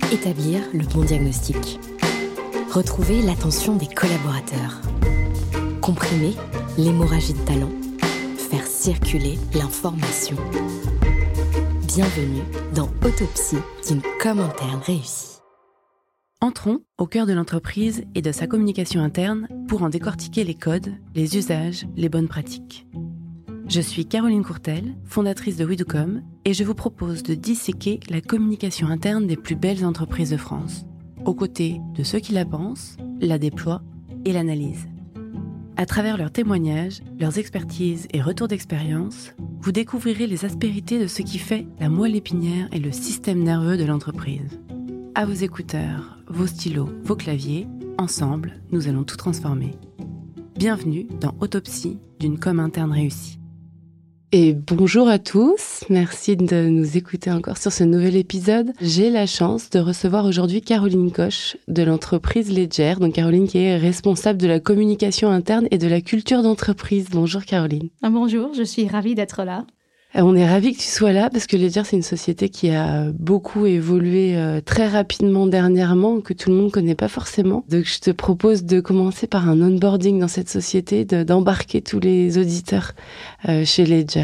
Établir le bon diagnostic. Retrouver l'attention des collaborateurs. Comprimer l'hémorragie de talent. Faire circuler l'information. Bienvenue dans Autopsie d'une com interne réussie. Entrons au cœur de l'entreprise et de sa communication interne pour en décortiquer les codes, les usages, les bonnes pratiques. Je suis Caroline Courtel, fondatrice de WeDoCom, et je vous propose de disséquer la communication interne des plus belles entreprises de France, aux côtés de ceux qui la pensent, la déploient et l'analysent. À travers leurs témoignages, leurs expertises et retours d'expérience, vous découvrirez les aspérités de ce qui fait la moelle épinière et le système nerveux de l'entreprise. À vos écouteurs, vos stylos, vos claviers, ensemble, nous allons tout transformer. Bienvenue dans Autopsie d'une com interne réussie. Et bonjour à tous, merci de nous écouter encore sur ce nouvel épisode. J'ai la chance de recevoir aujourd'hui Caroline Coche de l'entreprise Ledger. Donc Caroline qui est responsable de la communication interne et de la culture d'entreprise. Bonjour Caroline. Bonjour, je suis ravie d'être là. On est ravis que tu sois là parce que Ledger, c'est une société qui a beaucoup évolué très rapidement dernièrement, que tout le monde connaît pas forcément. Donc, je te propose de commencer par un onboarding dans cette société, d'embarquer tous les auditeurs chez Ledger.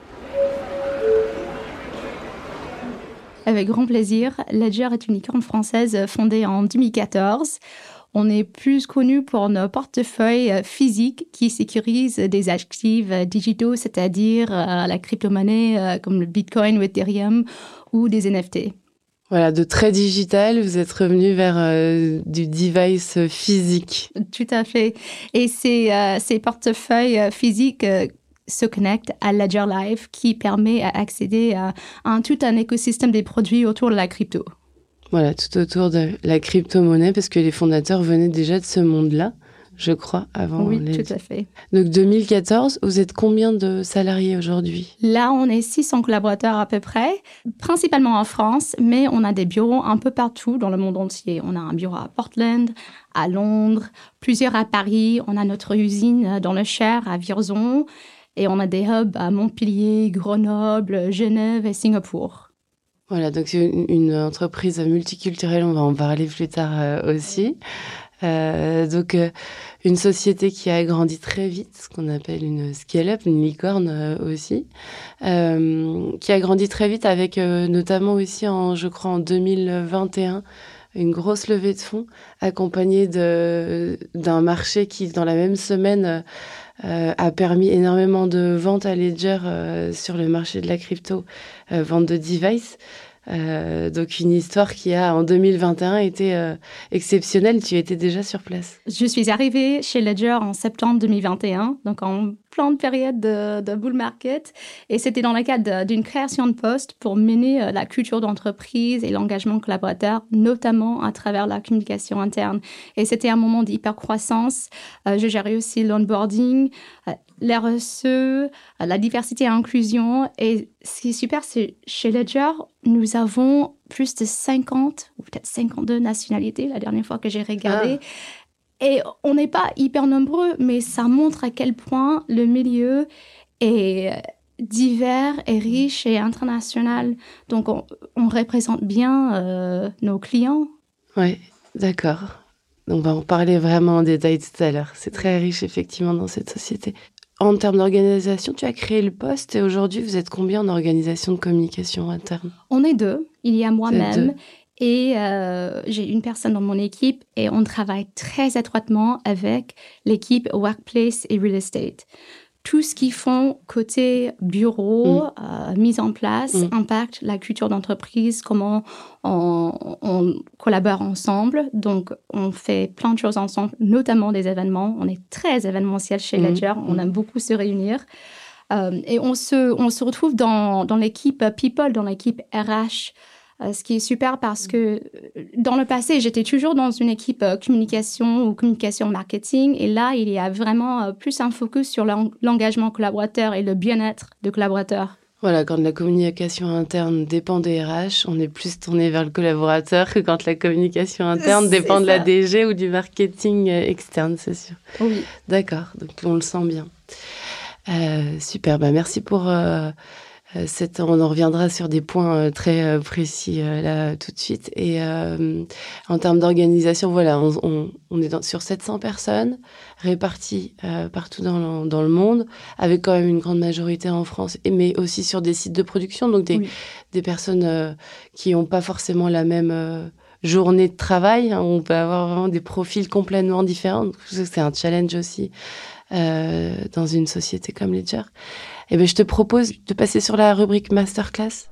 Avec grand plaisir. Ledger est une licorne française fondée en 2014. On est plus connu pour nos portefeuilles physiques qui sécurisent des actifs digitaux, c'est-à-dire la crypto-monnaie comme le Bitcoin ou Ethereum ou des NFT. Voilà, de très digital, vous êtes revenu vers du device physique. Tout à fait. Et ces portefeuilles physiques se connectent à Ledger Live qui permet d'accéder à tout un écosystème des produits autour de la crypto. Voilà, tout autour de la crypto-monnaie, parce que les fondateurs venaient déjà de ce monde-là, je crois, avant. Oui, tout à fait. Donc, 2014, vous êtes combien de salariés aujourd'hui ? Là, on est 600 collaborateurs à peu près, principalement en France, mais on a des bureaux un peu partout dans le monde entier. On a un bureau à Portland, à Londres, plusieurs à Paris. On a notre usine dans le Cher, à Vierzon, et on a des hubs à Montpellier, Grenoble, Genève et Singapour. Voilà, donc c'est une entreprise multiculturelle, on va en parler plus tard aussi. Donc, une société qui a grandi très vite, ce qu'on appelle une scale-up, une licorne aussi, qui a grandi très vite avec notamment aussi, je crois, en 2021, une grosse levée de fonds accompagnée d'un marché qui, dans la même semaine, a permis énormément de ventes à Ledger sur le marché de la crypto, vente de devices. Donc une histoire qui a en 2021 été exceptionnelle. Tu étais déjà sur place. Je suis arrivée chez Ledger en septembre 2021, donc en pleine période de bull market, et c'était dans le cadre d'une création de poste pour mener la culture d'entreprise et l'engagement collaborateur, notamment à travers la communication interne. Et c'était un moment d'hyper-croissance. Je gérais aussi l'onboarding, l'RSE, la diversité et l'inclusion. Et ce qui est super, c'est chez Ledger, nous avons plus de 50 ou peut-être 52 nationalités la dernière fois que j'ai regardé. Et on n'est pas hyper nombreux, mais ça montre à quel point le milieu est divers et riche et international. Donc, on représente bien nos clients. Oui, d'accord. On va en parler vraiment en détail tout à l'heure. C'est très riche, effectivement, dans cette société. En termes d'organisation, tu as créé le poste et aujourd'hui, vous êtes combien en organisation de communication interne ? On est 2. Il y a moi-même et j'ai une personne dans mon équipe et on travaille très étroitement avec l'équipe Workplace et Real Estate. Tout ce qu'ils font côté bureau, mise en place, impacte la culture d'entreprise, comment on collabore ensemble. Donc, on fait plein de choses ensemble, notamment des événements. On est très événementiel chez Ledger. On aime beaucoup se réunir. Et on se retrouve dans l'équipe People, dans l'équipe RH. Ce qui est super parce que dans le passé, j'étais toujours dans une équipe communication ou communication marketing. Et là, il y a vraiment plus un focus sur l'engagement collaborateur et le bien-être de collaborateurs. Voilà, quand la communication interne dépend des RH, on est plus tourné vers le collaborateur que quand la communication interne dépend de la DG ou du marketing externe, c'est sûr. Oui. D'accord, donc on le sent bien. Super, merci pour On en reviendra sur des points très précis là tout de suite. Et en termes d'organisation, voilà, on est sur 700 personnes réparties partout dans le monde, avec quand même une grande majorité en France, mais aussi sur des sites de production, donc des personnes qui n'ont pas forcément la même journée de travail. On peut avoir vraiment des profils complètement différents. Donc, je trouve que c'est un challenge aussi dans une société comme Ledger. Eh bien, je te propose de passer sur la rubrique Masterclass.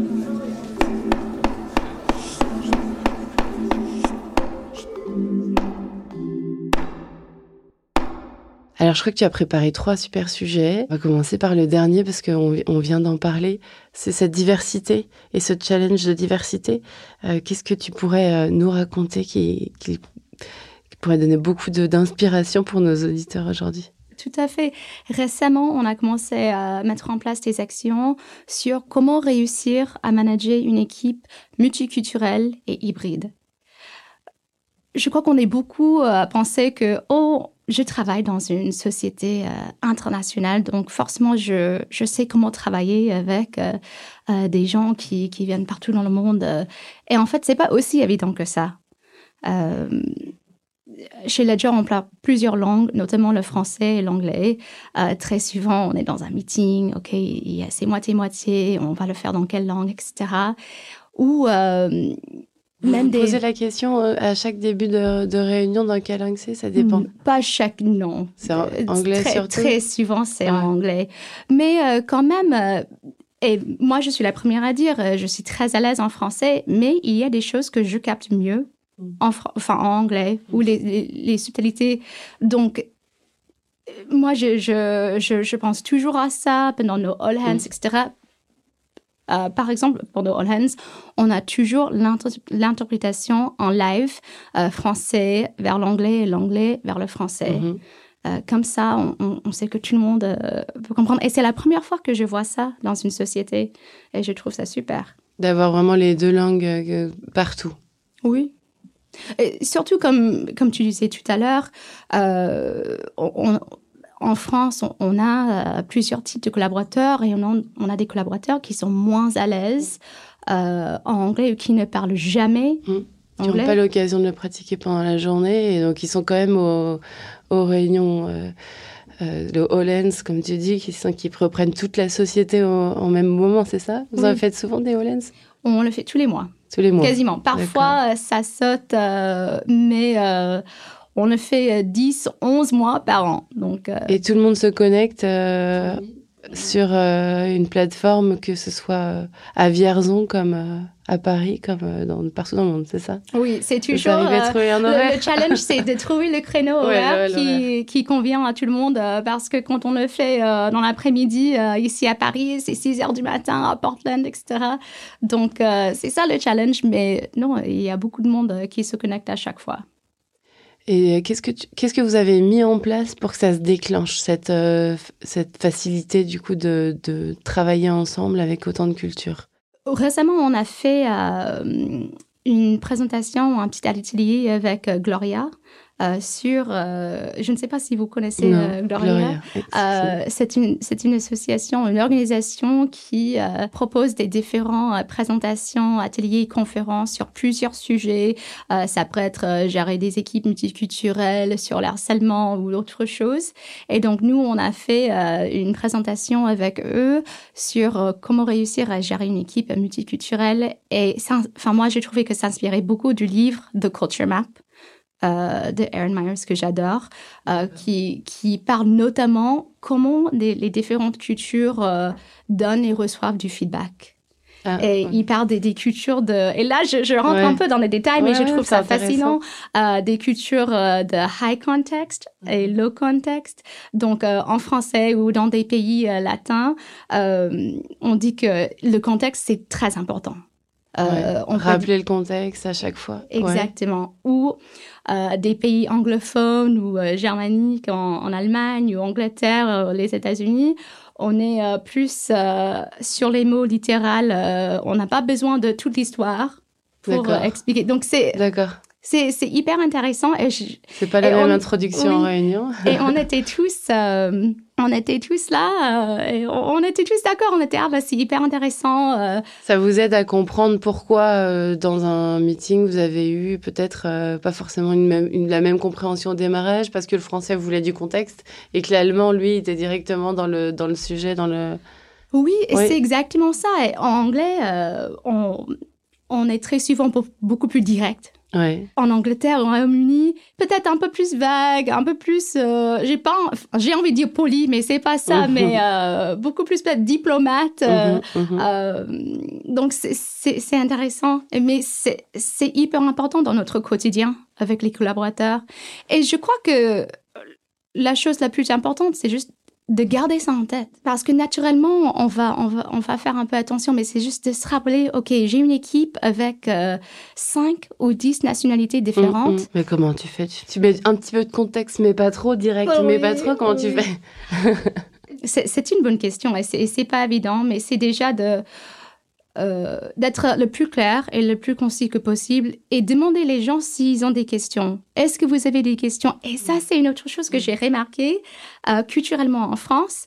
Alors, je crois que tu as préparé 3 super sujets. On va commencer par le dernier parce qu'on vient d'en parler. C'est cette diversité et ce challenge de diversité. Qu'est-ce que tu pourrais nous raconter qui pourrait donner beaucoup d'inspiration pour nos auditeurs aujourd'hui? Tout à fait. Récemment, on a commencé à mettre en place des actions sur comment réussir à manager une équipe multiculturelle et hybride. Je crois qu'on est beaucoup à penser que, je travaille dans une société internationale, donc forcément, je sais comment travailler avec des gens qui viennent partout dans le monde. Et en fait, c'est pas aussi évident que ça. Chez Ledger, on parle plusieurs langues, notamment le français et l'anglais. Très souvent, on est dans un meeting, c'est moitié-moitié, on va le faire dans quelle langue, etc. Ou Vous posez la question à chaque début de réunion, dans quelle langue c'est? Ça dépend. Pas chaque, non. C'est en anglais surtout? Très souvent, c'est en anglais. Mais quand même... Et moi, je suis la première à dire, je suis très à l'aise en français, mais il y a des choses que je capte mieux en anglais, ou les subtilités. Donc, moi, je pense toujours à ça pendant nos all hands, etc. Par exemple, pour nos all hands, on a toujours l'interprétation en live, français vers l'anglais et l'anglais vers le français. Comme ça, on sait que tout le monde peut comprendre. Et c'est la première fois que je vois ça dans une société. Et je trouve ça super. D'avoir vraiment les 2 langues partout. Oui. Et surtout, comme tu disais tout à l'heure, en France, on a plusieurs types de collaborateurs et on a des collaborateurs qui sont moins à l'aise en anglais ou qui ne parlent jamais qui n'ont pas l'occasion de le pratiquer pendant la journée et donc ils sont quand même aux réunions le All Hands, comme tu dis, qui reprennent toute la société en même moment, c'est ça? Vous en faites souvent des All Hands? On le fait tous les mois. Tous les mois. Quasiment. Parfois, ça saute, mais on le fait 10, 11 mois par an. Donc, Et tout le monde se connecte sur une plateforme, que ce soit à Vierzon comme à Paris, comme partout dans le monde, c'est ça? Oui, c'est toujours le challenge, c'est de trouver le créneau horaire qui convient à tout le monde, parce que quand on le fait dans l'après-midi ici à Paris, c'est 6h du matin à Portland, etc. Donc, c'est ça le challenge, mais non, il y a beaucoup de monde qui se connecte à chaque fois. Et qu'est-ce que vous avez mis en place pour que ça se déclenche, cette facilité du coup de travailler ensemble avec autant de cultures? Récemment, on a fait une présentation, un petit atelier avec Gloria sur... je ne sais pas si vous connaissez Gloria. C'est une association, une organisation qui propose des différentes présentations, ateliers, conférences sur plusieurs sujets. Ça peut être gérer des équipes multiculturelles, sur le harcèlement ou autre chose. Et donc, nous, on a fait une présentation avec eux sur comment réussir à gérer une équipe multiculturelle. Et moi, j'ai trouvé que ça inspirait beaucoup du livre The Culture Map de Erin Myers, que j'adore, qui parle notamment comment les différentes cultures donnent et reçoivent du feedback. Il parle des cultures de... Et là, je rentre un peu dans les détails, mais je trouve ça fascinant. Des cultures de high context et low context. Donc, en français ou dans des pays latins, on dit que le contexte, c'est très important. Rappeler le contexte à chaque fois. Exactement. Ou des pays anglophones ou germaniques en Allemagne ou Angleterre, les États-Unis, on est plus sur les mots littéraux. On n'a pas besoin de toute l'histoire pour expliquer. Donc, c'est hyper intéressant. C'est pas la même introduction en réunion. Et on était tous on était tous là, et on était tous d'accord. On était, c'est hyper intéressant. Ça vous aide à comprendre pourquoi, dans un meeting, vous avez eu peut-être pas forcément la même compréhension au démarrage, parce que le français voulait du contexte, et que l'allemand, lui, était directement dans le sujet, dans le... Oui, c'est exactement ça. Et en anglais, on est très souvent beaucoup plus direct. Ouais. En Angleterre, au Royaume-Uni, peut-être un peu plus vague, un peu plus... j'ai envie de dire poli, mais c'est pas ça, mais beaucoup plus peut-être diplomate. Donc, c'est intéressant. Mais c'est hyper important dans notre quotidien avec les collaborateurs. Et je crois que la chose la plus importante, c'est juste de garder ça en tête. Parce que naturellement, on va faire un peu attention, mais c'est juste de se rappeler, OK, j'ai une équipe avec 5 ou 10 nationalités différentes. Mais comment tu fais? Tu mets un petit peu de contexte, mais pas trop direct, mais pas trop, comment tu fais? C'est une bonne question et c'est pas évident, mais c'est déjà d'être le plus clair et le plus concis que possible et demander les gens s'ils ont des questions. Est-ce que vous avez des questions? Et ça, c'est une autre chose que j'ai remarqué culturellement en France.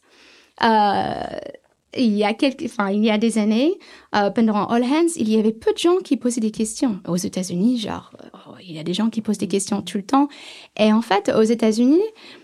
Il y a des années, pendant All Hands, il y avait peu de gens qui posaient des questions. Aux États-Unis, il y a des gens qui posent des questions tout le temps. Et en fait, aux États-Unis,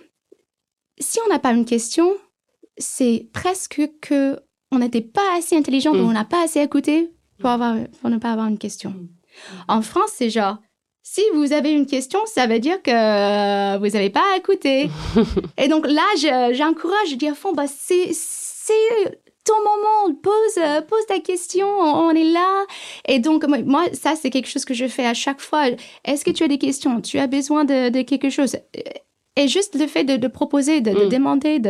si on n'a pas une question, c'est presque que on n'était pas assez intelligent, donc on n'a pas assez écouté pour ne pas avoir une question. En France, c'est genre, si vous avez une question, ça veut dire que vous n'avez pas écouté. Et donc là, j'encourage, je dis à fond, c'est ton moment, pose ta question, on est là. Et donc, moi, ça, c'est quelque chose que je fais à chaque fois. Est-ce que tu as des questions? Tu as besoin de quelque chose? Et juste le fait de proposer, de demander,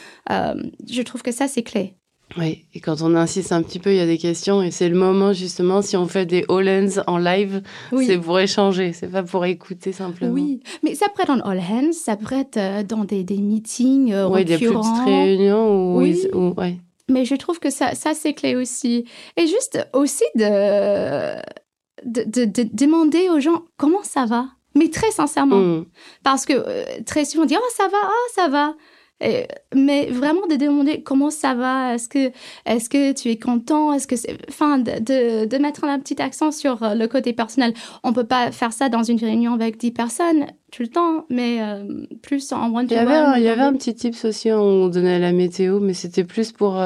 je trouve que ça, c'est clé. Oui, et quand on insiste un petit peu, il y a des questions, et c'est le moment, justement, si on fait des All-Hands en live, c'est pour échanger, c'est pas pour écouter simplement. Oui, mais ça peut être en All-Hands, ça peut être dans des meetings récurrents. Des petites réunions. Ouais. Mais je trouve que ça c'est clé aussi. Et juste aussi de demander aux gens comment ça va, mais très sincèrement. Parce que très souvent, on dit « Oh, ça va ». Mais vraiment de demander comment ça va, est-ce que tu es content, de mettre un petit accent sur le côté personnel. On peut pas faire ça dans une réunion avec 10 personnes tout le temps, mais plus en one-to-one. Il y avait un petit tips aussi, on donnait la météo, mais c'était plus pour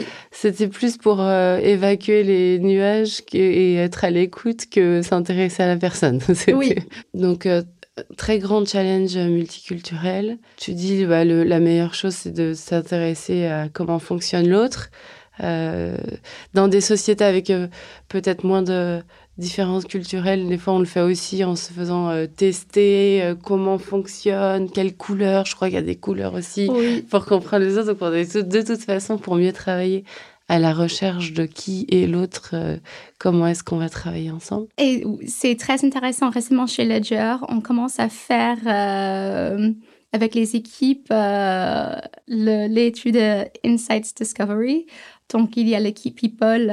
évacuer les nuages et être à l'écoute que s'intéresser à la personne. Oui. Donc très grand challenge multiculturel. Tu dis la meilleure chose, c'est de s'intéresser à comment fonctionne l'autre. Dans des sociétés avec peut-être moins de différences culturelles, des fois on le fait aussi en se faisant tester comment fonctionne, quelles couleurs. Je crois qu'il y a des couleurs aussi pour comprendre les autres. Donc on est de toute façon pour mieux travailler à la recherche de qui est l'autre, comment est-ce qu'on va travailler ensemble. Et c'est très intéressant. Récemment, chez Ledger, on commence à faire, avec les équipes, l'étude Insights Discovery. Donc, il y a l'équipe People,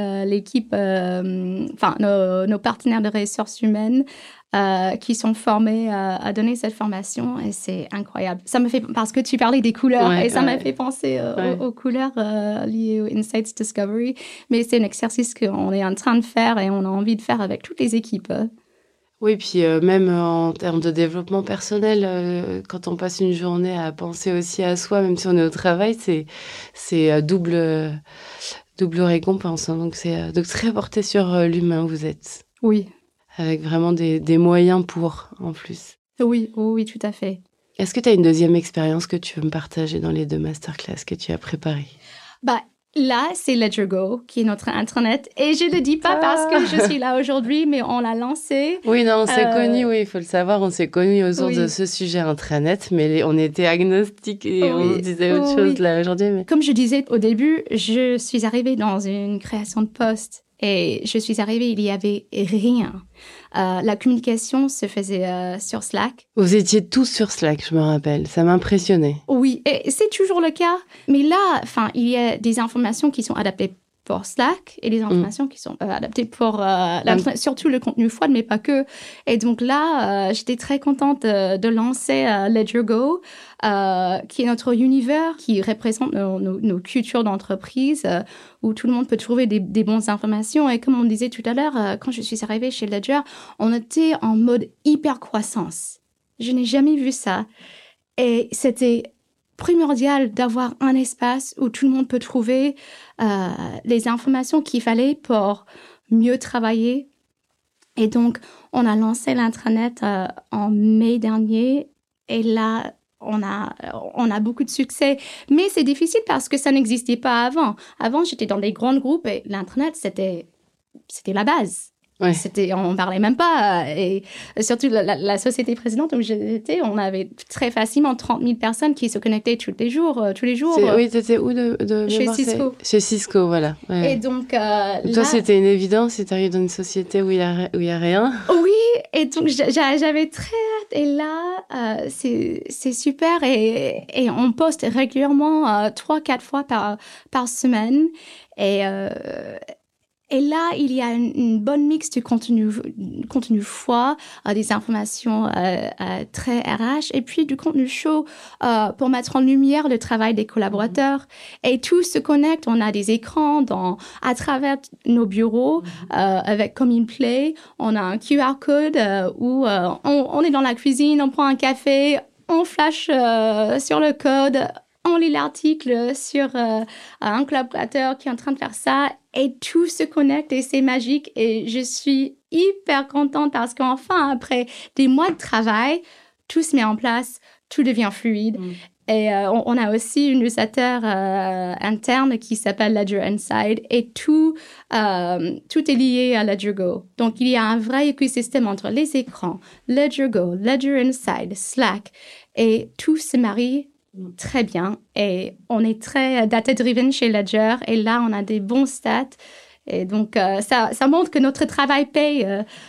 nos partenaires de ressources humaines qui sont formés à donner cette formation et c'est incroyable. Ça me fait, parce que tu parlais des couleurs et ça m'a fait penser aux couleurs liées au Insights Discovery. Mais c'est un exercice qu'on est en train de faire et on a envie de faire avec toutes les équipes. Oui, puis même en termes de développement personnel, quand on passe une journée à penser aussi à soi, même si on est au travail, c'est double récompense. Hein. Donc, c'est très porté sur l'humain, vous êtes. Oui. Avec vraiment des moyens pour, en plus. Oui, tout à fait. Est-ce que tu as une deuxième expérience que tu veux me partager dans les 2 masterclass que tu as préparées? Là, c'est Ledger Go, qui est notre intranet. Et je ne le dis pas parce que je suis là aujourd'hui, mais on l'a lancé. Oui, non, on s'est connus, il faut le savoir. On s'est connus autour de ce sujet intranet, mais on était agnostiques et on se disait autre chose là aujourd'hui. Mais... Comme je disais au début, je suis arrivée dans une création de poste. Et je suis arrivée, il n'y avait rien. La communication se faisait sur Slack. Vous étiez tous sur Slack, je me rappelle. Ça m'impressionnait. Oui, et c'est toujours le cas. Mais là, il y a des informations qui sont adaptées pour Slack et des informations qui sont adaptées pour surtout le contenu froid, mais pas que. Et donc là, j'étais très contente de lancer LedgerGo, qui est notre univers qui représente nos cultures d'entreprise, où tout le monde peut trouver des bonnes informations. Et comme on disait tout à l'heure, quand je suis arrivée chez Ledger, on était en mode hyper croissance. Je n'ai jamais vu ça. Et c'était primordial d'avoir un espace où tout le monde peut trouver les informations qu'il fallait pour mieux travailler. Et donc, on a lancé l'intranet en mai dernier. Et là, on a beaucoup de succès. Mais c'est difficile parce que ça n'existait pas avant. Avant, j'étais dans des grands groupes et l'intranet, c'était la base. Ouais. On parlait même pas. Et surtout, la société précédente où j'étais, on avait très facilement 30 000 personnes qui se connectaient tous les jours. Oui, t'étais où de Chez Cisco. Chez Cisco, voilà. Ouais. Et donc, toi, c'était une évidence si t'arrives dans une société où il y a rien. Oui, et donc j'avais très hâte. Et là, c'est super. Et on poste régulièrement 3-4 fois par semaine. Et là, il y a une bonne mix de contenu froid, des informations très RH, et puis du contenu chaud pour mettre en lumière le travail des collaborateurs. Et tout se connecte. On a des écrans à travers nos bureaux avec Communplay. On a un QR code où on est dans la cuisine, on prend un café, on flash sur le code, on lit l'article sur un collaborateur qui est en train de faire ça. Et tout se connecte et c'est magique. Et je suis hyper contente parce qu'enfin, après des mois de travail, tout se met en place, tout devient fluide. Et on a aussi une newsletter interne qui s'appelle Ledger Inside. Et tout est lié à LedgerGo. Donc, il y a un vrai écosystème entre les écrans, LedgerGo, Ledger Inside, Slack. Et tout se marie très bien. Et on est très data-driven chez Ledger. Et là, on a des bons stats. Et donc, ça montre que notre travail paye.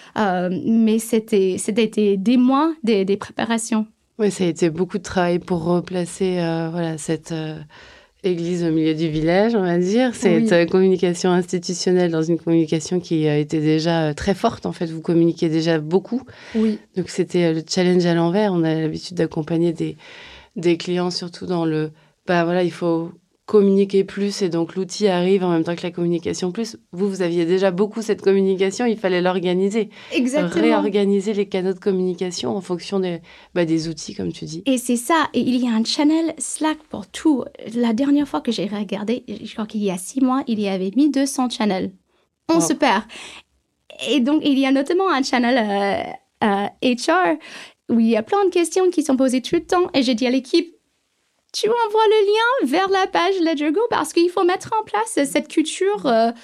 Mais c'était des mois, des préparations. Oui, ça a été beaucoup de travail pour replacer cette église au milieu du village, on va dire. Cette communication institutionnelle dans une communication qui était déjà très forte. En fait, vous communiquez déjà beaucoup. Oui. Donc, c'était le challenge à l'envers. On a l'habitude d'accompagner des clients, surtout dans il faut communiquer plus et donc l'outil arrive en même temps que la communication plus. Vous aviez déjà beaucoup cette communication, il fallait l'organiser. Exactement. Réorganiser les canaux de communication en fonction des outils, comme tu dis. Et c'est ça. Et il y a un channel Slack pour tout. La dernière fois que j'ai regardé, je crois qu'il y a 6 mois, il y avait 1200 channels. On se perd. Et donc, il y a notamment un channel HR où il y a plein de questions qui sont posées tout le temps. Et j'ai dit à l'équipe, tu envoies le lien vers la page LedgerGo parce qu'il faut mettre en place cette culture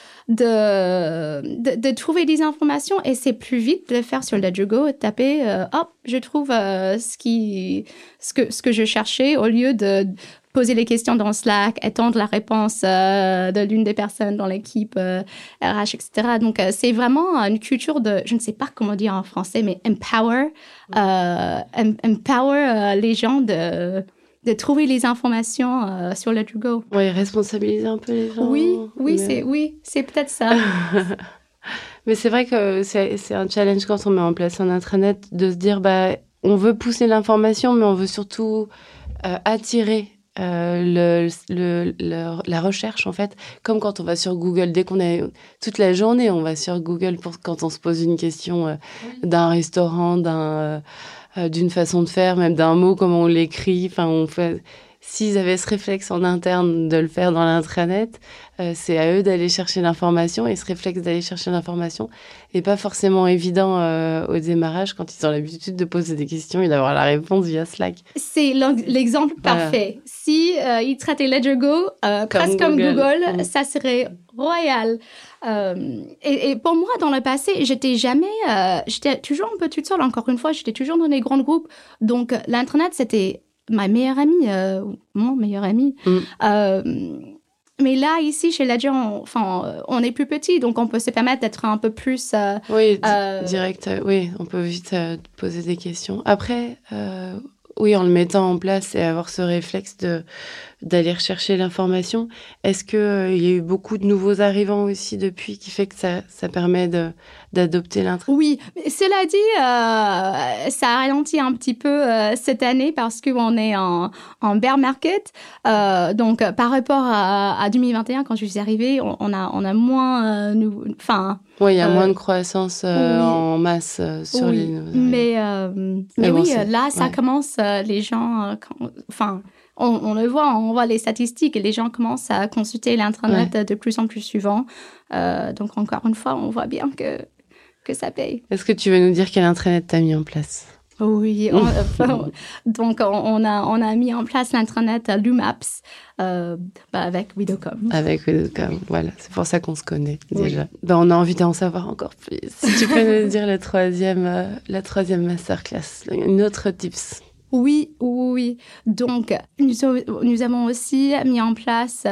de trouver des informations. Et c'est plus vite de le faire sur LedgerGo, taper, je trouve ce que je cherchais au lieu de poser les questions dans Slack, attendre la réponse de l'une des personnes dans l'équipe RH, etc. Donc, c'est vraiment une culture de, je ne sais pas comment dire en français, mais empower les gens de trouver les informations sur LedgerGo. Oui, responsabiliser un peu les gens. C'est peut-être ça. Mais c'est vrai que c'est un challenge quand on met en place un intranet de se dire, on veut pousser l'information, mais on veut surtout attirer la recherche, en fait. Comme quand on va sur Google, dès qu'on est toute la journée, on va sur Google quand on se pose une question d'un restaurant, d'une façon de faire, même d'un mot, comment on l'écrit. S'ils avaient ce réflexe en interne de le faire dans l'intranet, c'est à eux d'aller chercher l'information. Et ce réflexe d'aller chercher l'information n'est pas forcément évident au démarrage quand ils ont l'habitude de poser des questions et d'avoir la réponse via Slack. C'est l'exemple parfait. Si ils traitaient LedgerGo presque comme Google, ça serait royal. Et pour moi, dans le passé, j'étais toujours un peu toute seule. Encore une fois, j'étais toujours dans des grands groupes. Donc, l'intranet, c'était ma meilleure amie, mon meilleur ami. Mais là, ici, chez Ledger, on est plus petit, donc on peut se permettre d'être un peu plus... direct. Oui, on peut vite poser des questions. Après, en le mettant en place et avoir ce réflexe d'aller rechercher l'information. Est-ce qu'il y a eu beaucoup de nouveaux arrivants aussi depuis, qui fait que ça permet d'adopter l'intranet? Oui, mais cela dit, ça a ralenti un petit peu cette année parce qu'on est en bear market. Donc, par rapport à 2021, quand je suis arrivée, on a moins... Oui, il y a moins de croissance en masse sur les... Mais bon, oui, là, ça commence, les gens... on le voit, on voit les statistiques et les gens commencent à consulter l'Internet de plus en plus souvent. Donc, encore une fois, on voit bien que ça paye. Est-ce que tu veux nous dire quel intranet tu as mis en place? Oui, donc on a mis en place l'intranet Loomaps avec Widocom. Avec Widocom, voilà, c'est pour ça qu'on se connaît déjà. On a envie d'en savoir encore plus. Si tu peux nous dire la troisième masterclass, une autre tips. Oui. Donc, nous avons aussi mis en place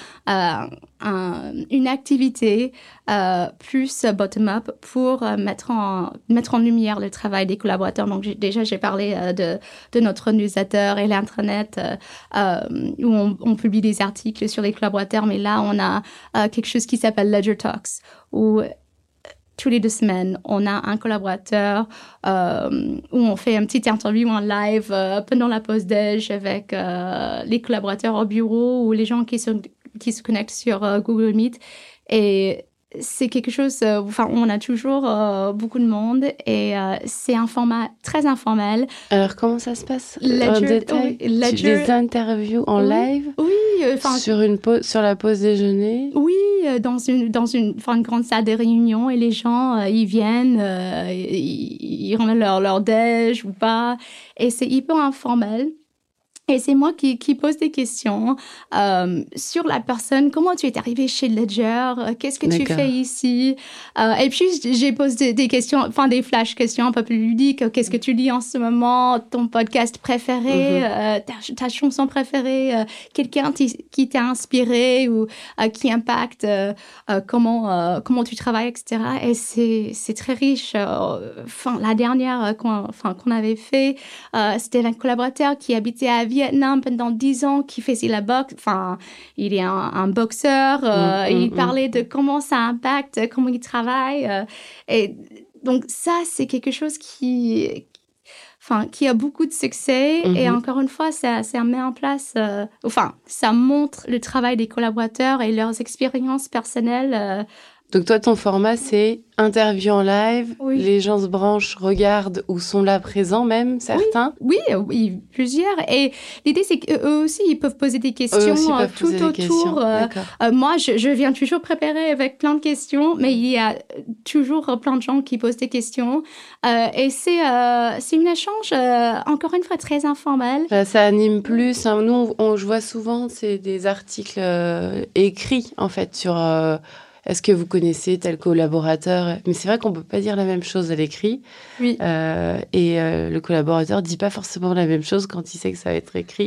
une activité plus bottom-up pour mettre en lumière le travail des collaborateurs. Donc, j'ai parlé de notre newsletter et l'intranet où on publie des articles sur les collaborateurs. Mais là, on a quelque chose qui s'appelle Ledger Talks, où tous les 2 semaines, on a un collaborateur où on fait une petite interview en live pendant la pause déj avec les collaborateurs au bureau ou les gens qui se connectent sur Google Meet. Et c'est quelque chose... on a toujours beaucoup de monde et c'est un format très informel. Alors, comment ça se passe en détail? Des interviews en live? Oui. Sur la pause déjeuner? Oui, dans une grande salle de réunion et les gens, ils viennent, ils rendent leur déj ou pas. Et c'est hyper informel. Et c'est moi qui pose des questions sur la personne. Comment tu es arrivé chez Ledger? Qu'est-ce que tu fais ici? Et puis, j'ai posé des questions, des flash questions un peu plus ludiques. Qu'est-ce que tu lis en ce moment? Ton podcast préféré? Ta chanson préférée? Quelqu'un qui t'a inspiré ou qui impacte comment tu travailles, etc. Et c'est très riche. La dernière qu'on avait fait, c'était un collaborateur qui habitait à Vietnam pendant 10 ans, qui faisait la boxe. Il est un boxeur. Il parlait de comment ça impacte, comment il travaille. Et donc, ça, c'est quelque chose qui a beaucoup de succès. Et encore une fois, ça met en place... ça montre le travail des collaborateurs et leurs expériences personnelles. Donc toi, ton format, c'est interview en live. Oui. Les gens se branchent, regardent ou sont là présents même, certains. Oui, plusieurs. Et l'idée, c'est qu'eux aussi, ils peuvent poser des questions tout autour. Moi, je viens toujours préparer avec plein de questions, mais il y a toujours plein de gens qui posent des questions. Et c'est un échange, encore une fois, très informel. Ça anime plus. Nous, je vois souvent, c'est des articles écrits, en fait, sur... Est-ce que vous connaissez tel collaborateur? Mais c'est vrai qu'on ne peut pas dire la même chose à l'écrit. Oui. Le collaborateur ne dit pas forcément la même chose quand il sait que ça va être écrit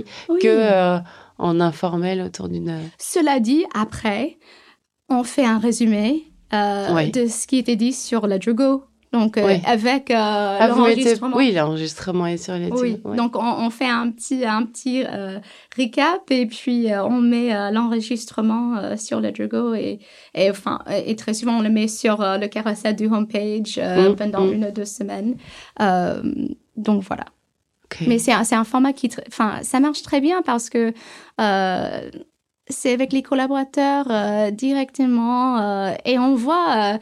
en informel autour d'une... Cela dit, après, on fait un résumé de ce qui était dit sur Ledger Go. Donc, avec l'enregistrement. L'enregistrement est sur Ledger. Oui, donc on fait un petit recap et puis on met l'enregistrement sur Ledger Go et très souvent on le met sur le carousel du homepage pendant 1 ou 2 semaines. Donc, voilà. Okay. Mais c'est un format ça marche très bien parce que c'est avec les collaborateurs directement et on voit...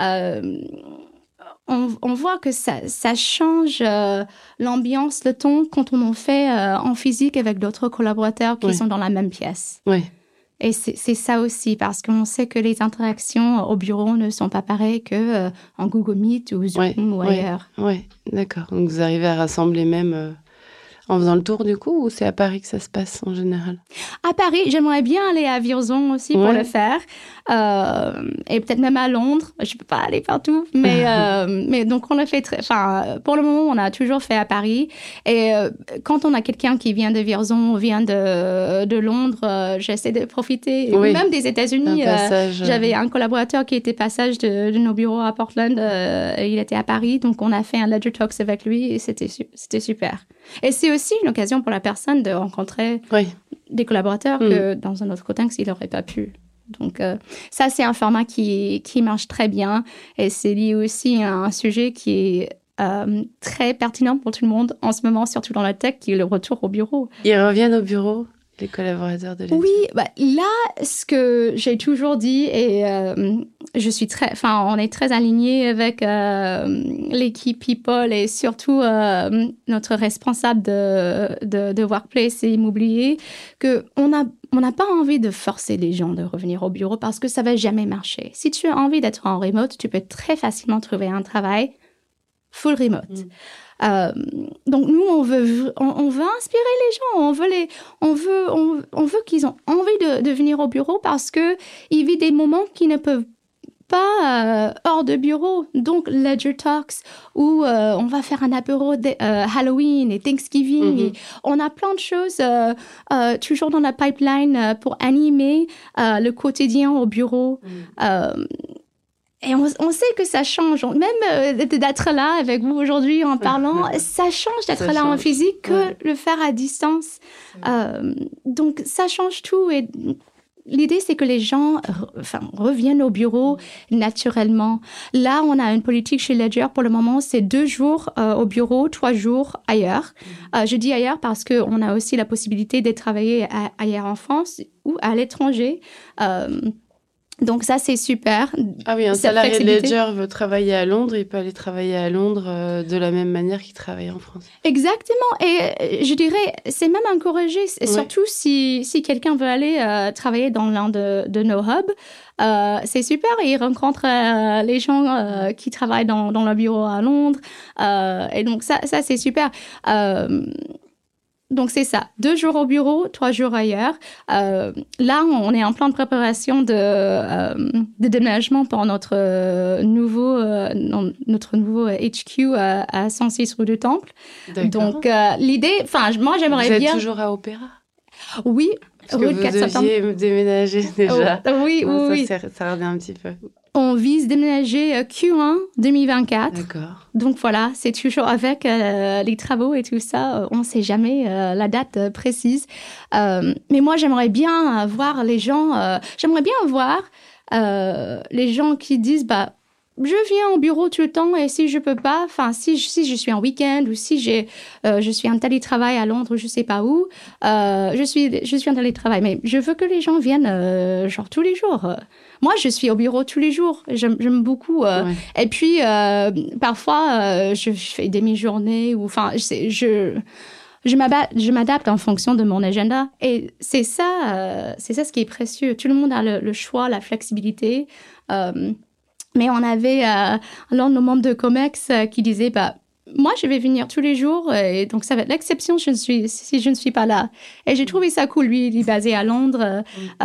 On voit que ça change l'ambiance, le ton quand on en fait en physique avec d'autres collaborateurs qui sont dans la même pièce. Oui. Et c'est ça aussi, parce qu'on sait que les interactions au bureau ne sont pas pareilles qu'en Google Meet ou Zoom ou ailleurs. Oui, d'accord. Donc vous arrivez à rassembler même... En faisant le tour, du coup, ou c'est à Paris que ça se passe en général? À Paris, j'aimerais bien aller à Vierzon aussi pour le faire. Et peut-être même à Londres. Je ne peux pas aller partout. Mais donc, on le fait pour le moment, on a toujours fait à Paris. Et quand on a quelqu'un qui vient de Vierzon ou vient de Londres, j'essaie de profiter. Oui. Même des États-Unis. J'avais un collaborateur qui était passage de nos bureaux à Portland. Il était à Paris. Donc, on a fait un Ledger Talks avec lui et c'était super. Et c'est aussi une occasion pour la personne de rencontrer des collaborateurs que dans un autre contexte, il n'aurait pas pu. Donc, ça, c'est un format qui marche très bien. Et c'est lié aussi à un sujet qui est très pertinent pour tout le monde en ce moment, surtout dans la tech, qui est le retour au bureau. Ils reviennent au bureau, les collaborateurs de Ledger? Oui, là, ce que j'ai toujours dit, et on est très alignés avec l'équipe People et surtout notre responsable de Workplace et Immobilier, qu'on n'a pas envie de forcer les gens de revenir au bureau parce que ça va jamais marcher. Si tu as envie d'être en remote, tu peux très facilement trouver un travail full remote. Donc nous, on veut inspirer les gens, on veut qu'ils aient envie de venir au bureau parce que ils vivent des moments qu'ils ne peuvent pas hors de bureau. Donc Ledger Talks où on va faire un apéro Halloween et Thanksgiving et on a plein de choses toujours dans la pipeline pour animer le quotidien au bureau. Et on sait que ça change. Même d'être là avec vous aujourd'hui en parlant, ça change d'être là en physique que le faire à distance. Donc, ça change tout. Et l'idée, c'est que les gens reviennent au bureau naturellement. Là, on a une politique chez Ledger. Pour le moment, c'est 2 jours au bureau, 3 jours ailleurs. Je dis ailleurs parce qu'on a aussi la possibilité de travailler ailleurs en France ou à l'étranger. Donc ça, c'est super. Ah oui, un salarié de Ledger veut travailler à Londres, il peut aller travailler à Londres de la même manière qu'il travaille en France. Exactement. Et je dirais, c'est même encouragé, surtout si quelqu'un veut aller travailler dans l'un de nos hubs. C'est super. Il rencontre les gens qui travaillent dans le bureau à Londres. Et donc ça c'est super. Donc, c'est ça. 2 jours au bureau, 3 jours ailleurs. Là, on est en plein de préparation de déménagement pour notre nouveau HQ à 106 rue du Temple. D'accord. Donc, l'idée... moi, j'aimerais bien... Vous êtes toujours à Opéra? Oui, rue de 4 septembre. Vous deviez déménager déjà. Oui. Ça revient un petit peu. On vise déménager Q1 2024. D'accord. Donc voilà, c'est toujours avec les travaux et tout ça. On ne sait jamais la date précise. Mais moi, j'aimerais bien voir les gens... j'aimerais bien voir les gens qui disent... je viens au bureau tout le temps et si je peux pas, si je suis en week-end ou si je suis en télétravail à Londres ou je sais pas où, je suis en télétravail. Mais je veux que les gens viennent genre tous les jours. Moi, je suis au bureau tous les jours. J'aime beaucoup. Et puis, parfois, je fais demi-journée ou je m'adapte en fonction de mon agenda. Et c'est ça ce qui est précieux. Tout le monde a le choix, la flexibilité. Mais on avait l'un de nos membres de Comex qui disait moi, je vais venir tous les jours et donc ça va être l'exception si je ne suis pas là. Et j'ai trouvé ça cool. Lui, il est basé à Londres.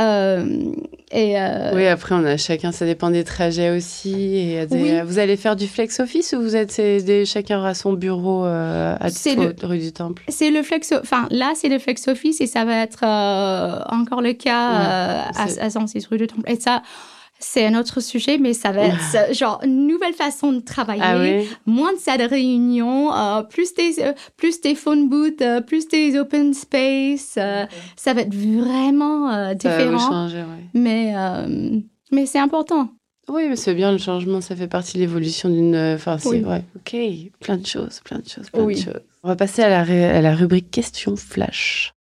Oui, après, on a chacun, ça dépend des trajets aussi. Et vous allez faire du flex office ou vous êtes chacun aura son bureau rue du Temple? C'est le flex, là, c'est le flex office et ça va être encore le cas à 106 rue du Temple. Et ça... c'est un autre sujet, mais ça va être genre une nouvelle façon de travailler, moins de salles de réunion, plus des phone booths, plus des open space. Ça va être vraiment différent. Ça va changer, mais c'est important. Oui, mais c'est bien le changement, ça fait partie de l'évolution d'une... c'est vrai. Ok, plein de choses. On va passer à la rubrique questions flash.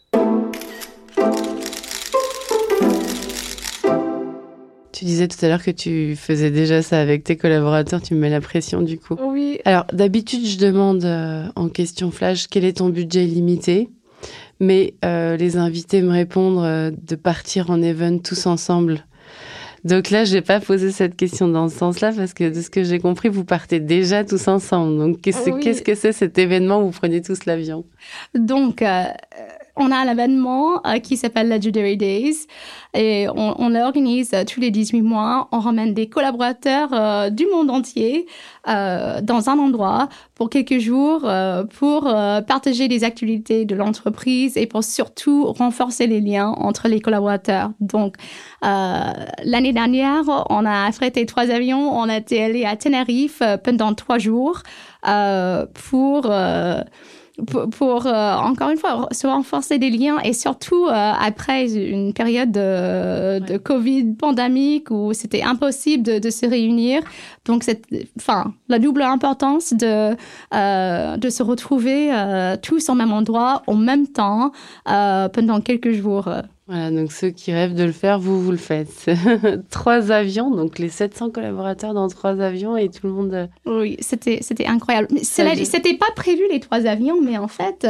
Tu disais tout à l'heure que tu faisais déjà ça avec tes collaborateurs, tu me mets la pression du coup. Oui. Alors, d'habitude, je demande en question flash quel est ton budget limité, mais les invités me répondent de partir en event tous ensemble. Donc là, je n'ai pas posé cette question dans ce sens-là parce que de ce que j'ai compris, vous partez déjà tous ensemble. Donc, qu'est-ce que c'est cet événement où vous prenez tous l'avion? Donc... on a un événement qui s'appelle Legendary Days et on l'organise tous les 18 mois. On ramène des collaborateurs du monde entier dans un endroit pour quelques jours pour partager les activités de l'entreprise et pour surtout renforcer les liens entre les collaborateurs. Donc, l'année dernière, on a affrété 3 avions. On était allé à Tenerife pendant 3 jours pour... encore une fois, se renforcer des liens et surtout après une période de Covid pandémique où c'était impossible de se réunir. Donc, la double importance de se retrouver tous au même endroit, au même temps, pendant quelques jours. Voilà, donc ceux qui rêvent de le faire, vous le faites. 3 avions, donc les 700 collaborateurs dans 3 avions et tout le monde... Oui, c'était incroyable. C'était pas prévu les 3 avions, mais en fait,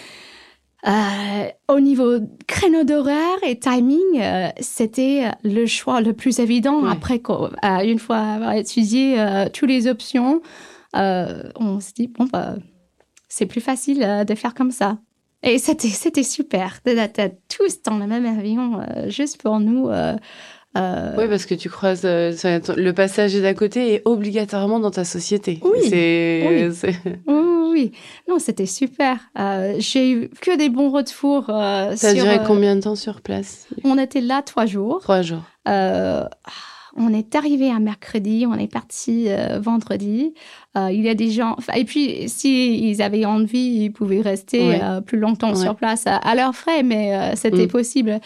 au niveau créneau d'horaire et timing, c'était le choix le plus évident. Ouais. Après, une fois avoir étudié toutes les options, on s'est dit, c'est plus facile de faire comme ça. Et c'était super d'être tous dans le même avion, juste pour nous. Oui, parce que tu croises le passager d'à côté est obligatoirement dans ta société. Oui. Oui. Non, c'était super. J'ai eu que des bons retours. Ça a duré combien de temps sur place? On était là 3 jours. 3 jours. On est arrivé un mercredi, on est parti vendredi. Il y a des gens... Et puis, s'ils avaient envie, ils pouvaient rester plus longtemps sur place à leurs frais, mais c'était possible.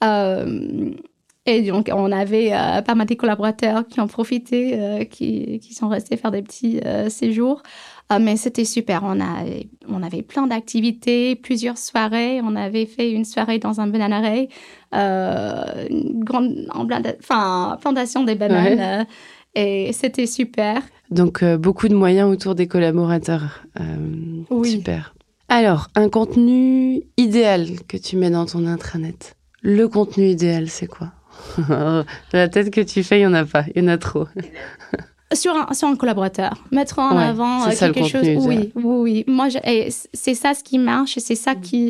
Et donc, on avait pas mal de collaborateurs qui ont profité, qui sont restés faire des petits séjours. Mais c'était super. On avait plein d'activités, plusieurs soirées. On avait fait une soirée dans un bananaray, une grande plantation des bananes. Et c'était super. Donc, beaucoup de moyens autour des collaborateurs. Oui. Super. Alors, un contenu idéal que tu mets dans ton intranet. Le contenu idéal, c'est quoi? La tête que tu fais, il n'y en a pas. Il y en a trop. Sur un collaborateur, mettre en avant quelque chose. Oui. Moi, c'est ça ce qui marche, c'est ça qui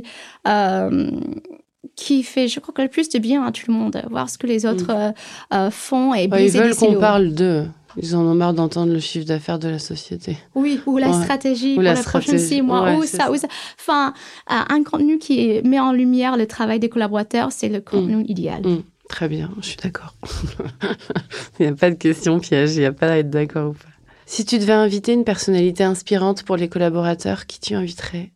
fait, je crois, le plus de bien à tout le monde. Voir ce que les autres font et briser ils veulent des silos. qu'on parle d'eux. Ils en ont marre d'entendre le chiffre d'affaires de la société. Oui, ou la stratégie pour les prochains 6 mois. Ça. Enfin, un contenu qui met en lumière le travail des collaborateurs, c'est le contenu idéal. Très bien, je suis d'accord. Il n'y a pas de question piège, il n'y a pas à être d'accord ou pas. Si tu devais inviter une personnalité inspirante pour les collaborateurs, qui tu inviterais?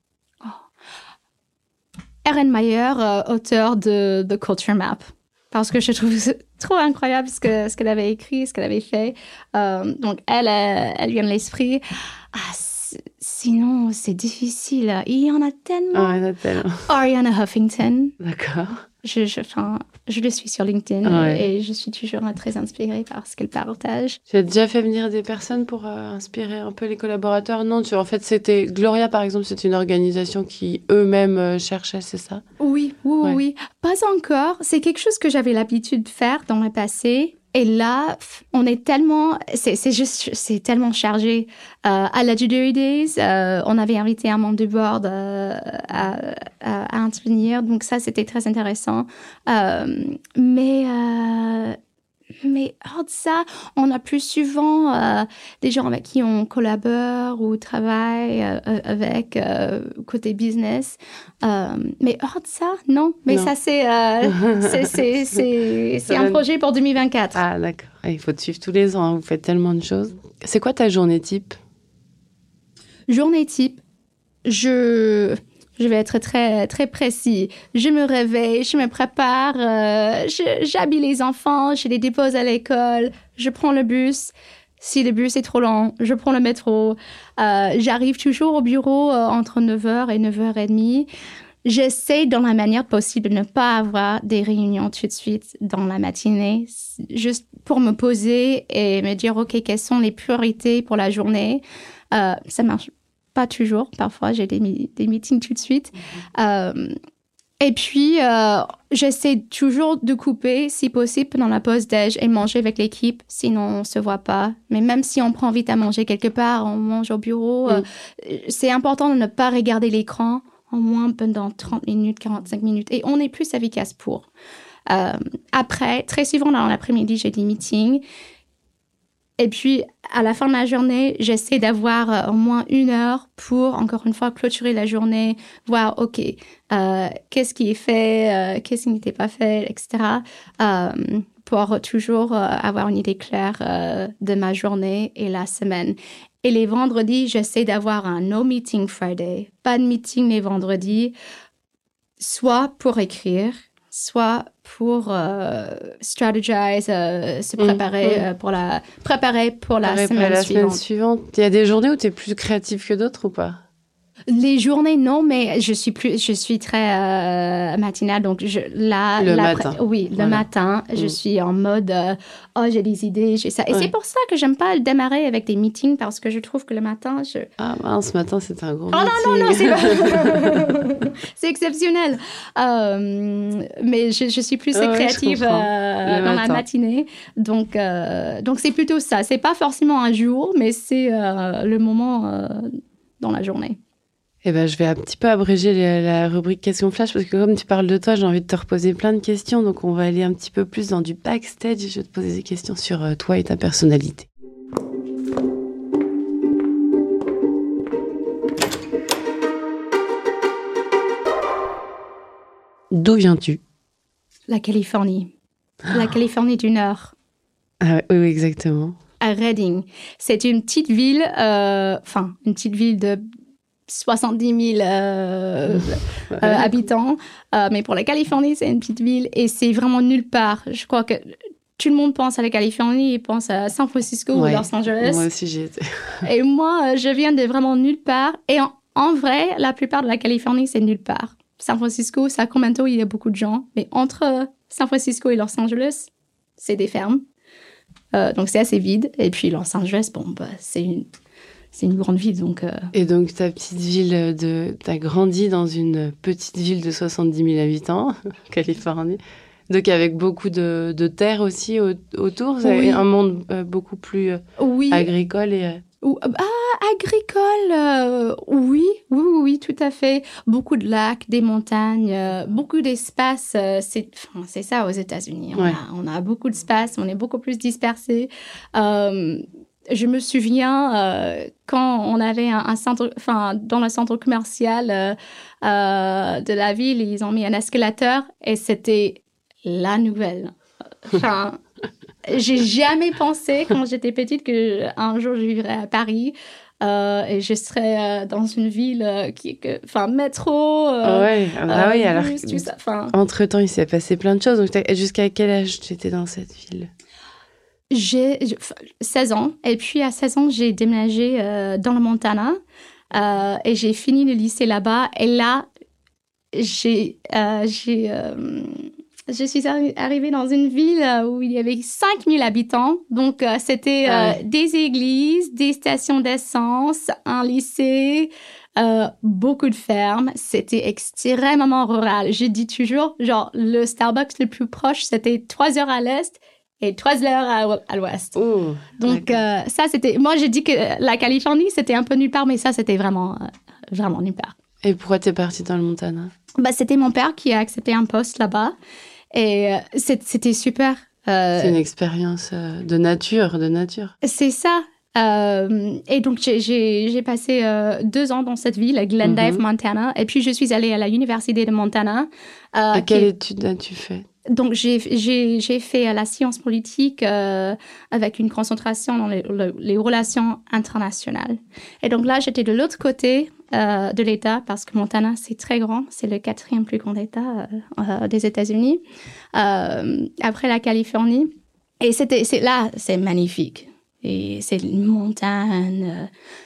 Erin Meyer, auteur de The Culture Map. Parce que je trouve trop incroyable ce qu'elle avait écrit, ce qu'elle avait fait. Donc, elle vient de l'esprit. Sinon, c'est difficile. Il y en a tellement. Il y en a tellement. Arianna Huffington. D'accord. Je le suis sur LinkedIn et je suis toujours très inspirée par ce qu'elle partage. Tu as déjà fait venir des personnes pour inspirer un peu les collaborateurs? Non, en fait, c'était Gloria, par exemple, c'est une organisation qui eux-mêmes cherchaient, c'est ça? Oui. Pas encore. C'est quelque chose que j'avais l'habitude de faire dans le passé. Et là, on est tellement... C'est tellement chargé. À Legendary Days, on avait invité un membre du board à intervenir. Donc ça, c'était très intéressant. Mais hors de ça, on a plus souvent des gens avec qui on collabore ou travaille avec côté business. Mais hors de ça, non. Mais non. Ça, c'est un projet pour 2024. Ah, d'accord. Il faut te suivre tous les ans. Hein. Vous faites tellement de choses. C'est quoi ta journée type? Journée type, je vais être très, très précis. Je me réveille, je me prépare, j'habille les enfants, je les dépose à l'école, je prends le bus. Si le bus est trop long, je prends le métro. J'arrive toujours au bureau entre 9h et 9h30. J'essaie, dans la manière possible, de ne pas avoir des réunions tout de suite dans la matinée, juste pour me poser et me dire, OK, quelles sont les priorités pour la journée? Ça marche pas toujours. Parfois, j'ai des meetings tout de suite. Et puis, j'essaie toujours de couper, si possible, pendant la pause déj et manger avec l'équipe. Sinon, on se voit pas. Mais même si on prend vite à manger quelque part, on mange au bureau. C'est important de ne pas regarder l'écran au moins pendant 30 minutes, 45 minutes. Et on est plus efficace pour. Après, très souvent, dans l'après-midi, j'ai des meetings. Et puis, à la fin de la journée, j'essaie d'avoir au moins 1 heure pour, encore une fois, clôturer la journée, voir, OK, qu'est-ce qui est fait, qu'est-ce qui n'était pas fait, etc. Pour toujours avoir une idée claire de ma journée et la semaine. Et les vendredis, j'essaie d'avoir un no meeting Friday. Pas de meeting les vendredis, soit pour écrire, soit pour strategize, se préparer pour la semaine suivante. Il y a des journées où tu es plus créatif que d'autres ou pas? Les journées, non, mais je suis très matinale, donc le matin. Le matin, je suis en mode j'ai des idées, j'ai ça. Et c'est pour ça que j'aime pas démarrer avec des meetings parce que je trouve que le matin, Ah mince, ce matin, c'était un gros meeting. Non, c'est exceptionnel. Mais je suis plus créative dans la matinée, donc c'est plutôt ça. C'est pas forcément un jour, mais c'est le moment dans la journée. Eh ben, je vais un petit peu abréger la rubrique questions flash parce que comme tu parles de toi, j'ai envie de te reposer plein de questions. Donc, on va aller un petit peu plus dans du backstage. Je vais te poser des questions sur toi et ta personnalité. D'où viens-tu? La Californie. La Californie du Nord. Ah, oui, exactement. À Redding. C'est une petite ville, une petite ville de 70 000 habitants. Mais pour la Californie, c'est une petite ville et c'est vraiment nulle part. Je crois que tout le monde pense à la Californie et pense à San Francisco ou Los Angeles. Moi aussi, j'y étais. Et moi, je viens de vraiment nulle part. Et en vrai, la plupart de la Californie, c'est nulle part. San Francisco, Sacramento, il y a beaucoup de gens. Mais entre San Francisco et Los Angeles, c'est des fermes. Donc, c'est assez vide. Et puis, Los Angeles, c'est une grande ville, donc... Et donc, ta petite ville t'as grandi dans une petite ville de 70 000 habitants, Californie. Donc, avec beaucoup de terres aussi autour. Oui. Un monde beaucoup plus agricole et... agricole, oui, tout à fait. Beaucoup de lacs, des montagnes, beaucoup d'espace. C'est ça aux États-Unis. On a beaucoup d'espace, on est beaucoup plus dispersés. Je me souviens quand on avait un centre, dans le centre commercial de la ville, ils ont mis un escalateur et c'était la nouvelle. J'ai jamais pensé quand j'étais petite qu'un jour je vivrais à Paris et je serais dans une ville métro. Alors tout ça. Entre-temps, il s'est passé plein de choses. Donc, jusqu'à quel âge tu étais dans cette ville? J'ai 16 ans. Et puis, à 16 ans, j'ai déménagé dans le Montana. Et j'ai fini le lycée là-bas. Et là, je suis arrivée dans une ville où il y avait 5000 habitants. Donc, c'était des églises, des stations d'essence, un lycée, beaucoup de fermes. C'était extrêmement rural. Je dis toujours, genre, le Starbucks le plus proche, c'était 3 heures à l'est et 3 heures à l'ouest. Oh, donc, ça, c'était... Moi, j'ai dit que la Californie, c'était un peu nulle part, mais ça, c'était vraiment nulle part. Et pourquoi t'es partie dans le Montana? C'était mon père qui a accepté un poste là-bas. Et c'était super. C'est une expérience de nature. C'est ça. Et donc, j'ai passé 2 ans dans cette ville, à Glendive, Montana. Et puis, je suis allée à la Université de Montana. Et quelle étude as-tu fait? Donc, j'ai fait la science politique avec une concentration dans les relations internationales. Et donc là, j'étais de l'autre côté de l'État parce que Montana, c'est très grand. C'est le 4e plus grand État des États-Unis, après la Californie. Et c'est magnifique. Et c'est une montagne,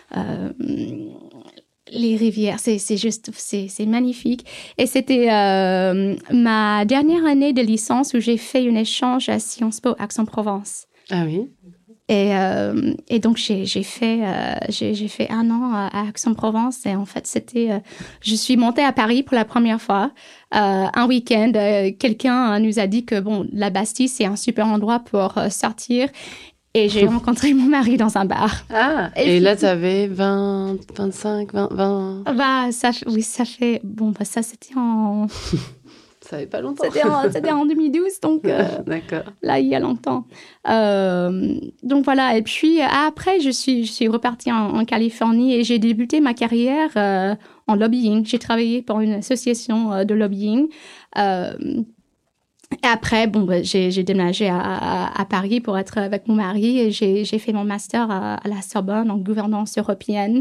les rivières, c'est magnifique. Et c'était ma dernière année de licence où j'ai fait un échange à Sciences Po Aix-en-Provence. Ah oui. Et donc j'ai fait 1 an à Aix-en-Provence et en fait je suis montée à Paris pour la première fois un week-end. Quelqu'un nous a dit que la Bastille c'est un super endroit pour sortir. Et j'ai rencontré mon mari dans un bar. Ah, et là, tu avais 20, 25, 20... ça fait... ça, c'était en... Ça fait pas longtemps. C'était en 2012, donc... D'accord. Là, il y a longtemps. Donc, voilà. Et puis, après, je suis repartie en Californie et j'ai débuté ma carrière en lobbying. J'ai travaillé pour une association de lobbying. Et après, j'ai déménagé à Paris pour être avec mon mari et j'ai fait mon master à la Sorbonne en gouvernance européenne.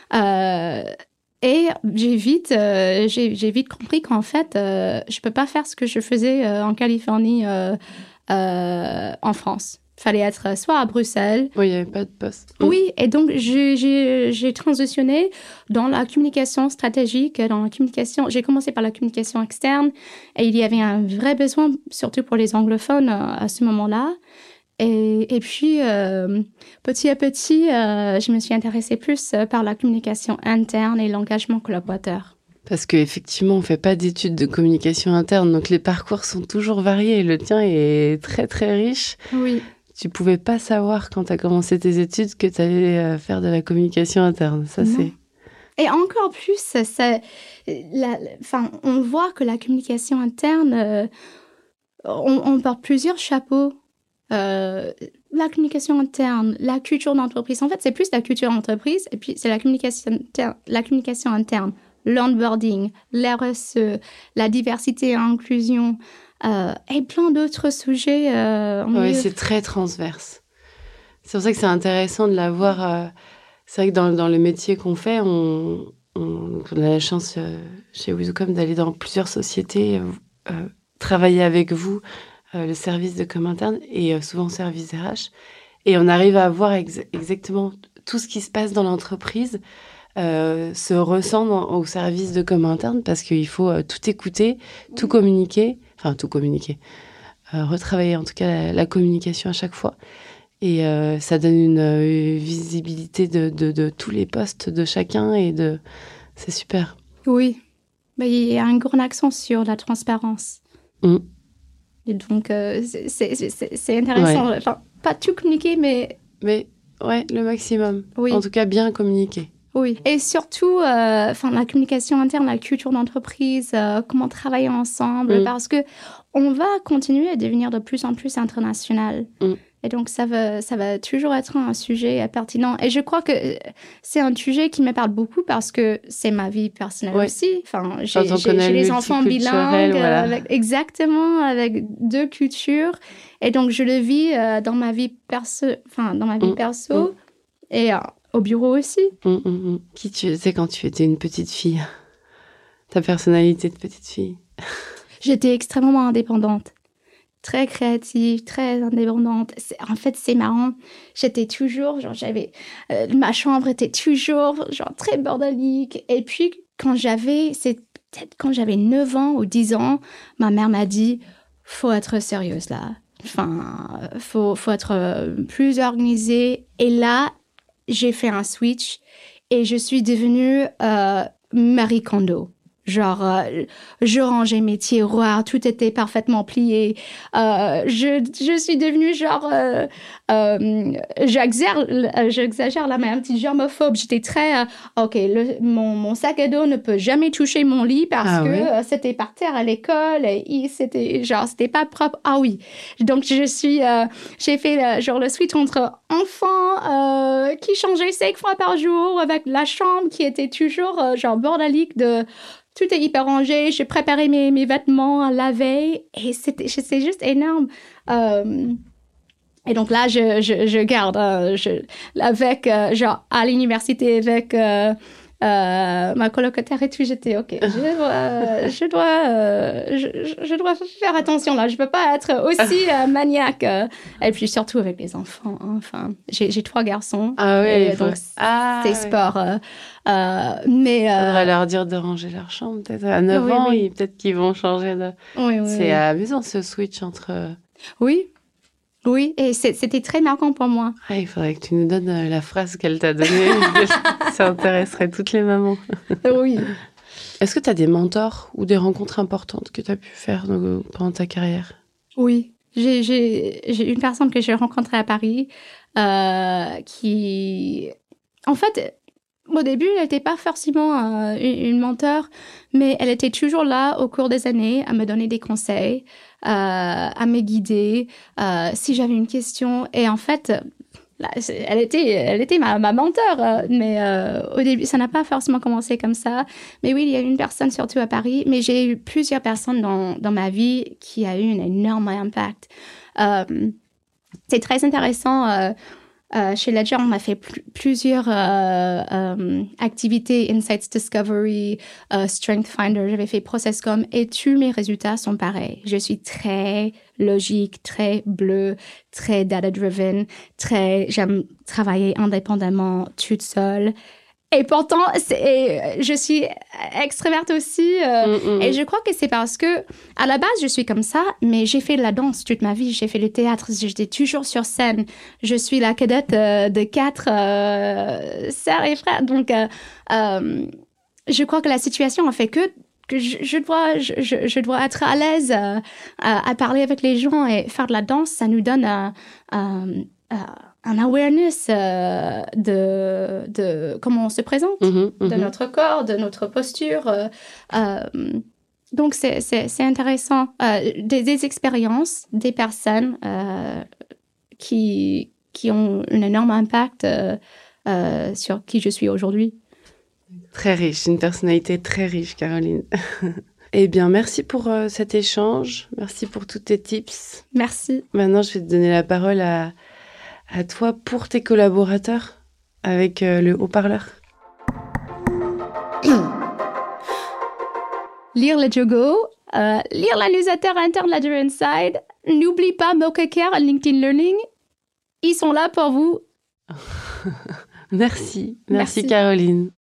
Et j'ai vite compris qu'en fait, je peux pas faire ce que je faisais en Californie, en France. Fallait être soit à Bruxelles. Oui, il n'y avait pas de poste. Oui, et donc j'ai transitionné dans la communication stratégique, dans la communication. J'ai commencé par la communication externe et il y avait un vrai besoin, surtout pour les anglophones à ce moment-là. Et puis, petit à petit, je me suis intéressée plus par la communication interne et l'engagement collaborateur. Parce qu'effectivement, on ne fait pas d'études de communication interne, donc les parcours sont toujours variés. Le tien est très, très riche. Oui. Tu ne pouvais pas savoir quand tu as commencé tes études que tu allais faire de la communication interne. Ça, non. c'est... Et encore plus, on voit que la communication interne, on porte plusieurs chapeaux. La communication interne, la culture d'entreprise. En fait, c'est plus la culture d'entreprise et puis c'est la communication interne, l'onboarding, l'RSE, la diversité et l'inclusion et plein d'autres sujets. Oui, c'est très transverse. C'est pour ça que c'est intéressant de l'avoir. C'est vrai que dans le métier qu'on fait, on a la chance chez Widucom d'aller dans plusieurs sociétés, travailler avec vous, le service de com interne et souvent service RH. Et on arrive à voir exactement tout ce qui se passe dans l'entreprise se ressent au service de com interne parce qu'il faut tout écouter, tout communiquer, retravailler en tout cas la communication à chaque fois. Et ça donne une visibilité de tous les postes de chacun c'est super. Oui, mais il y a un grand accent sur la transparence. Et donc, c'est intéressant. Ouais. Enfin, pas tout communiquer, mais ouais, le maximum. Oui. En tout cas, bien communiquer. Oui. Et surtout, la communication interne, la culture d'entreprise, comment travailler ensemble, parce que on va continuer à devenir de plus en plus international. Et donc, ça va toujours être un sujet pertinent. Et je crois que c'est un sujet qui me parle beaucoup parce que c'est ma vie personnelle aussi. Enfin, j'ai les enfants bilingues, voilà. avec 2 cultures. Et donc, je le vis dans ma vie perso, et au bureau aussi. Qui tu étais quand tu étais une petite fille? Ta personnalité de petite fille? J'étais extrêmement indépendante. Très créative, très indépendante. En fait, c'est marrant. J'étais toujours, ma chambre était toujours, très bordélique. Et puis, c'est peut-être quand j'avais 9 ans ou 10 ans, ma mère m'a dit, faut être sérieuse là. Enfin, faut être plus organisée. Et là, j'ai fait un switch et je suis devenue Marie Kondo. Je rangeais mes tiroirs, tout était parfaitement plié. Je suis devenue j'exagère là, mais un petit germophobe. J'étais très, mon sac à dos ne peut jamais toucher mon lit parce que c'était par terre à l'école et c'était pas propre. Ah oui. Donc, j'ai fait le switch entre enfant qui changeait 5 fois par jour avec la chambre qui était toujours bordélique tout est hyper rangé. J'ai préparé mes vêtements la veille et c'est juste énorme. Et donc là, je garde avec à l'université avec ma colocataire et tout. J'étais OK. Je dois faire attention là. Je peux pas être aussi maniaque. Et puis surtout avec les enfants. Hein. Enfin, j'ai 3 garçons. Ah oui. Donc c'est sport. Mais faudrait leur dire de ranger leur chambre peut-être à 9 ans. Oui. Peut-être qu'ils vont changer de. Oui. C'est amusant ce switch entre. Oui, et c'était très marquant pour moi. Ah, il faudrait que tu nous donnes la phrase qu'elle t'a donnée. Ça intéresserait toutes les mamans. Oui. Est-ce que tu as des mentors ou des rencontres importantes que tu as pu faire pendant ta carrière? Oui. J'ai une personne que j'ai rencontrée à Paris qui... En fait, au début, elle n'était pas forcément une mentor, mais elle était toujours là au cours des années à me donner des conseils, à me guider si j'avais une question. Et en fait, elle était ma mentor, mais au début, ça n'a pas forcément commencé comme ça. Mais oui, il y a une personne surtout à Paris, mais j'ai eu plusieurs personnes dans ma vie qui a eu un énorme impact. C'est très intéressant. Chez Ledger, on a fait plusieurs activités, Insights Discovery, Strength Finder, j'avais fait ProcessCom et tous mes résultats sont pareils. Je suis très logique, très bleue, très data-driven, j'aime travailler indépendamment, toute seule. Et pourtant, je suis extraverte aussi. Et je crois que c'est parce que, à la base, je suis comme ça, mais j'ai fait de la danse toute ma vie. J'ai fait le théâtre. J'étais toujours sur scène. Je suis la cadette de 4 sœurs et frères. Donc, je crois que la situation a fait que je dois être à l'aise à parler avec les gens et faire de la danse. Ça nous donne un awareness de comment on se présente, de notre corps, de notre posture. Donc, c'est intéressant. Des expériences, des personnes qui ont un énorme impact sur qui je suis aujourd'hui. Très riche, une personnalité très riche, Caroline. Eh bien, merci pour cet échange. Merci pour tous tes tips. Merci. Maintenant, je vais te donner la parole à toi pour tes collaborateurs avec le haut-parleur. Lire Ledger Go, lire la newsletter interne Ledger Inside. N'oublie pas Mocha Care et LinkedIn Learning. Ils sont là pour vous. Merci Caroline.